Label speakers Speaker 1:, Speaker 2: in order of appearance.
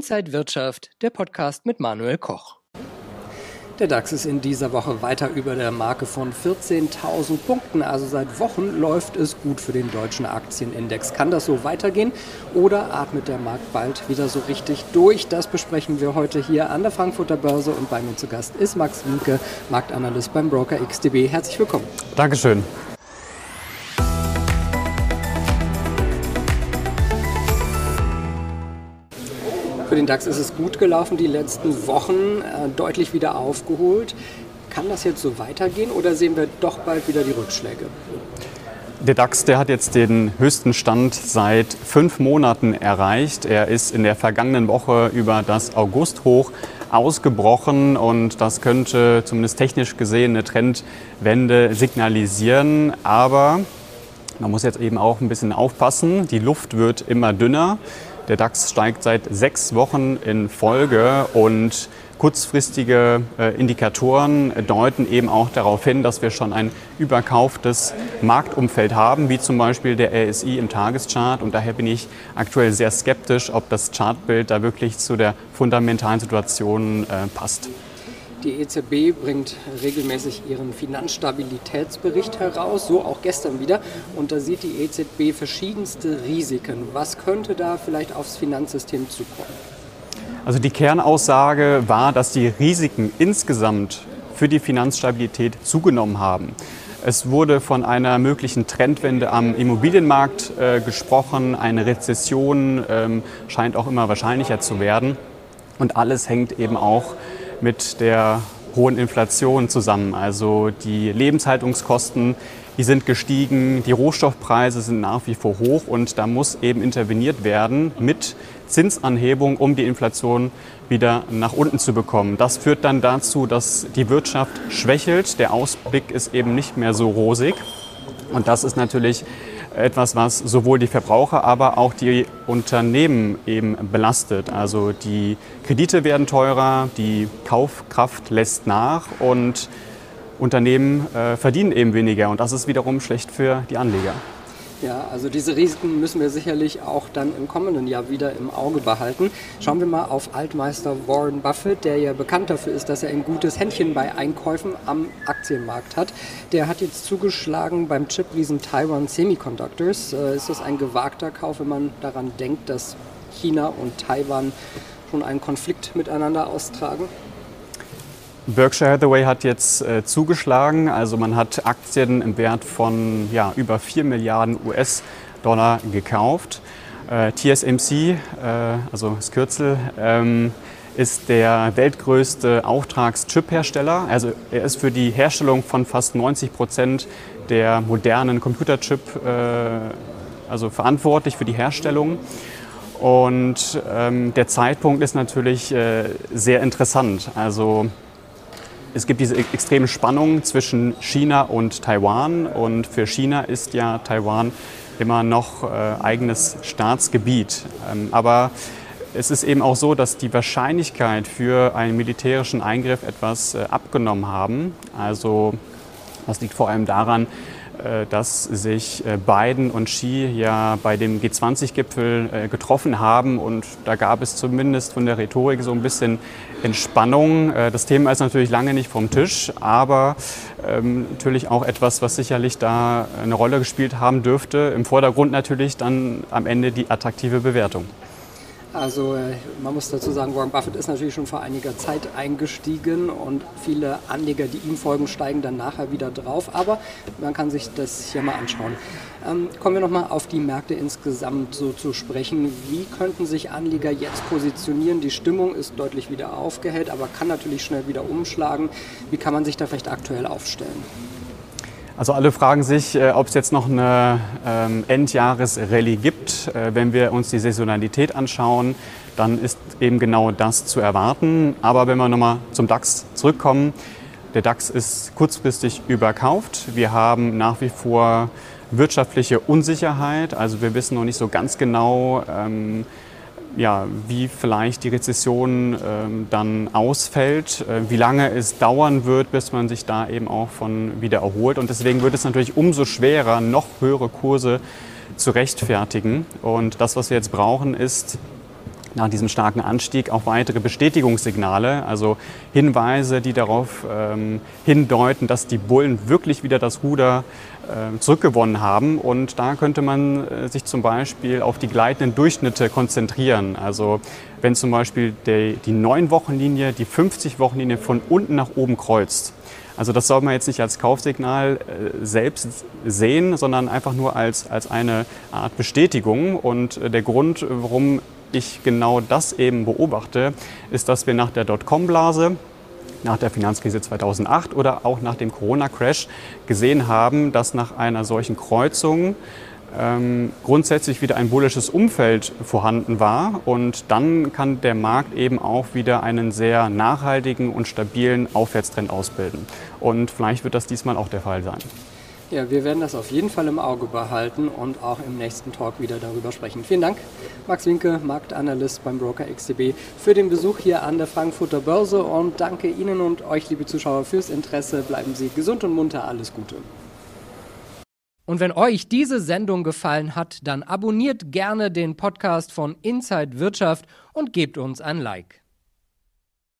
Speaker 1: Inside Wirtschaft, der Podcast mit Manuel Koch. Der DAX ist in dieser Woche weiter über der Marke von 14.000 Punkten. Also seit Wochen läuft es gut für den deutschen Aktienindex. Kann das so weitergehen oder atmet der Markt bald wieder so richtig durch? Das besprechen wir heute hier an der Frankfurter Börse und bei mir zu Gast ist Max Wienke, Marktanalyst beim Broker XTB. Herzlich willkommen.
Speaker 2: Dankeschön.
Speaker 1: Für den DAX ist es gut gelaufen, die letzten Wochen deutlich wieder aufgeholt. Kann das jetzt so weitergehen oder sehen wir doch bald wieder die Rückschläge?
Speaker 2: Der DAX, der hat jetzt den höchsten Stand seit 5 Monaten erreicht. Er ist in der vergangenen Woche über das August-Hoch ausgebrochen und das könnte zumindest technisch gesehen eine Trendwende signalisieren. Aber man muss jetzt eben auch ein bisschen aufpassen. Die Luft wird immer dünner. Der DAX steigt seit 6 Wochen in Folge und kurzfristige Indikatoren deuten eben auch darauf hin, dass wir schon ein überkauftes Marktumfeld haben, wie zum Beispiel der RSI im Tageschart. Und daher bin ich aktuell sehr skeptisch, ob das Chartbild da wirklich zu der fundamentalen Situation passt.
Speaker 1: Die EZB bringt regelmäßig ihren Finanzstabilitätsbericht heraus, so auch gestern wieder. Und da sieht die EZB verschiedenste Risiken. Was könnte da vielleicht aufs Finanzsystem zukommen?
Speaker 2: Also die Kernaussage war, dass die Risiken insgesamt für die Finanzstabilität zugenommen haben. Es wurde von einer möglichen Trendwende am Immobilienmarkt gesprochen. Eine Rezession scheint auch immer wahrscheinlicher zu werden. Und alles hängt eben auch mit der hohen Inflation zusammen. Also die Lebenshaltungskosten, die sind gestiegen, die Rohstoffpreise sind nach wie vor hoch und da muss eben interveniert werden mit Zinsanhebung, um die Inflation wieder nach unten zu bekommen. Das führt dann dazu, dass die Wirtschaft schwächelt. Der Ausblick ist eben nicht mehr so rosig und das ist natürlich etwas, was sowohl die Verbraucher, aber auch die Unternehmen eben belastet. Also die Kredite werden teurer, die Kaufkraft lässt nach und Unternehmen verdienen eben weniger. Und das ist wiederum schlecht für die Anleger.
Speaker 1: Ja, also diese Risiken müssen wir sicherlich auch dann im kommenden Jahr wieder im Auge behalten. Schauen wir mal auf Altmeister Warren Buffett, der ja bekannt dafür ist, dass er ein gutes Händchen bei Einkäufen am Aktienmarkt hat. Der hat jetzt zugeschlagen beim Chip-Riesen Taiwan Semiconductors. Ist das ein gewagter Kauf, wenn man daran denkt, dass China und Taiwan schon einen Konflikt miteinander austragen?
Speaker 2: Berkshire Hathaway hat jetzt zugeschlagen, also man hat Aktien im Wert von über 4 Milliarden US-Dollar gekauft. TSMC, also das Kürzel, ist der weltgrößte Auftragschip-Hersteller. Also er ist für die Herstellung von fast 90% der modernen Computerchip verantwortlich für die Herstellung. Und der Zeitpunkt ist natürlich sehr interessant. Also es gibt diese extreme Spannung zwischen China und Taiwan und für China ist ja Taiwan immer noch eigenes Staatsgebiet. Aber es ist eben auch so, dass die Wahrscheinlichkeit für einen militärischen Eingriff etwas abgenommen haben. Also das liegt vor allem daran, dass sich Biden und Xi ja bei dem G20-Gipfel getroffen haben und da gab es zumindest von der Rhetorik so ein bisschen Entspannung. Das Thema ist natürlich lange nicht vom Tisch, aber natürlich auch etwas, was sicherlich da eine Rolle gespielt haben dürfte. Im Vordergrund natürlich dann am Ende die attraktive Bewertung.
Speaker 1: Also man muss dazu sagen, Warren Buffett ist natürlich schon vor einiger Zeit eingestiegen und viele Anleger, die ihm folgen, steigen dann nachher wieder drauf. Aber man kann sich das hier mal anschauen. Kommen wir nochmal auf die Märkte insgesamt so zu sprechen. Wie könnten sich Anleger jetzt positionieren? Die Stimmung ist deutlich wieder aufgehellt, aber kann natürlich schnell wieder umschlagen. Wie kann man sich da vielleicht aktuell aufstellen?
Speaker 2: Also alle fragen sich, ob es jetzt noch eine Endjahresrallye gibt. Wenn wir uns die Saisonalität anschauen, dann ist eben genau das zu erwarten. Aber wenn wir nochmal zum DAX zurückkommen, der DAX ist kurzfristig überkauft. Wir haben nach wie vor wirtschaftliche Unsicherheit. Also wir wissen noch nicht so ganz genau, wie vielleicht die Rezession dann ausfällt, wie lange es dauern wird, bis man sich da eben auch von wieder erholt. Und deswegen wird es natürlich umso schwerer, noch höhere Kurse zu rechtfertigen. Und das, was wir jetzt brauchen, ist nach diesem starken Anstieg auch weitere Bestätigungssignale, also Hinweise, die darauf hindeuten, dass die Bullen wirklich wieder das Ruder zurückgewonnen haben. Und da könnte man sich zum Beispiel auf die gleitenden Durchschnitte konzentrieren. Also wenn zum Beispiel die 9-Wochen-Linie, die 50-Wochen-Linie von unten nach oben kreuzt. Also das soll man jetzt nicht als Kaufsignal selbst sehen, sondern einfach nur als eine Art Bestätigung. Und der Grund, warum ich genau das eben beobachte, ist, dass wir nach der Dotcom-Blase, nach der Finanzkrise 2008 oder auch nach dem Corona-Crash gesehen haben, dass nach einer solchen Kreuzung grundsätzlich wieder ein bullisches Umfeld vorhanden war. Und dann kann der Markt eben auch wieder einen sehr nachhaltigen und stabilen Aufwärtstrend ausbilden. Und vielleicht wird das diesmal auch der Fall sein.
Speaker 1: Ja, wir werden das auf jeden Fall im Auge behalten und auch im nächsten Talk wieder darüber sprechen. Vielen Dank, Max Winke, Marktanalyst beim Broker XTB, für den Besuch hier an der Frankfurter Börse und danke Ihnen und euch, liebe Zuschauer, fürs Interesse. Bleiben Sie gesund und munter, alles Gute. Und wenn euch diese Sendung gefallen hat, dann abonniert gerne den Podcast von Inside Wirtschaft und gebt uns ein Like.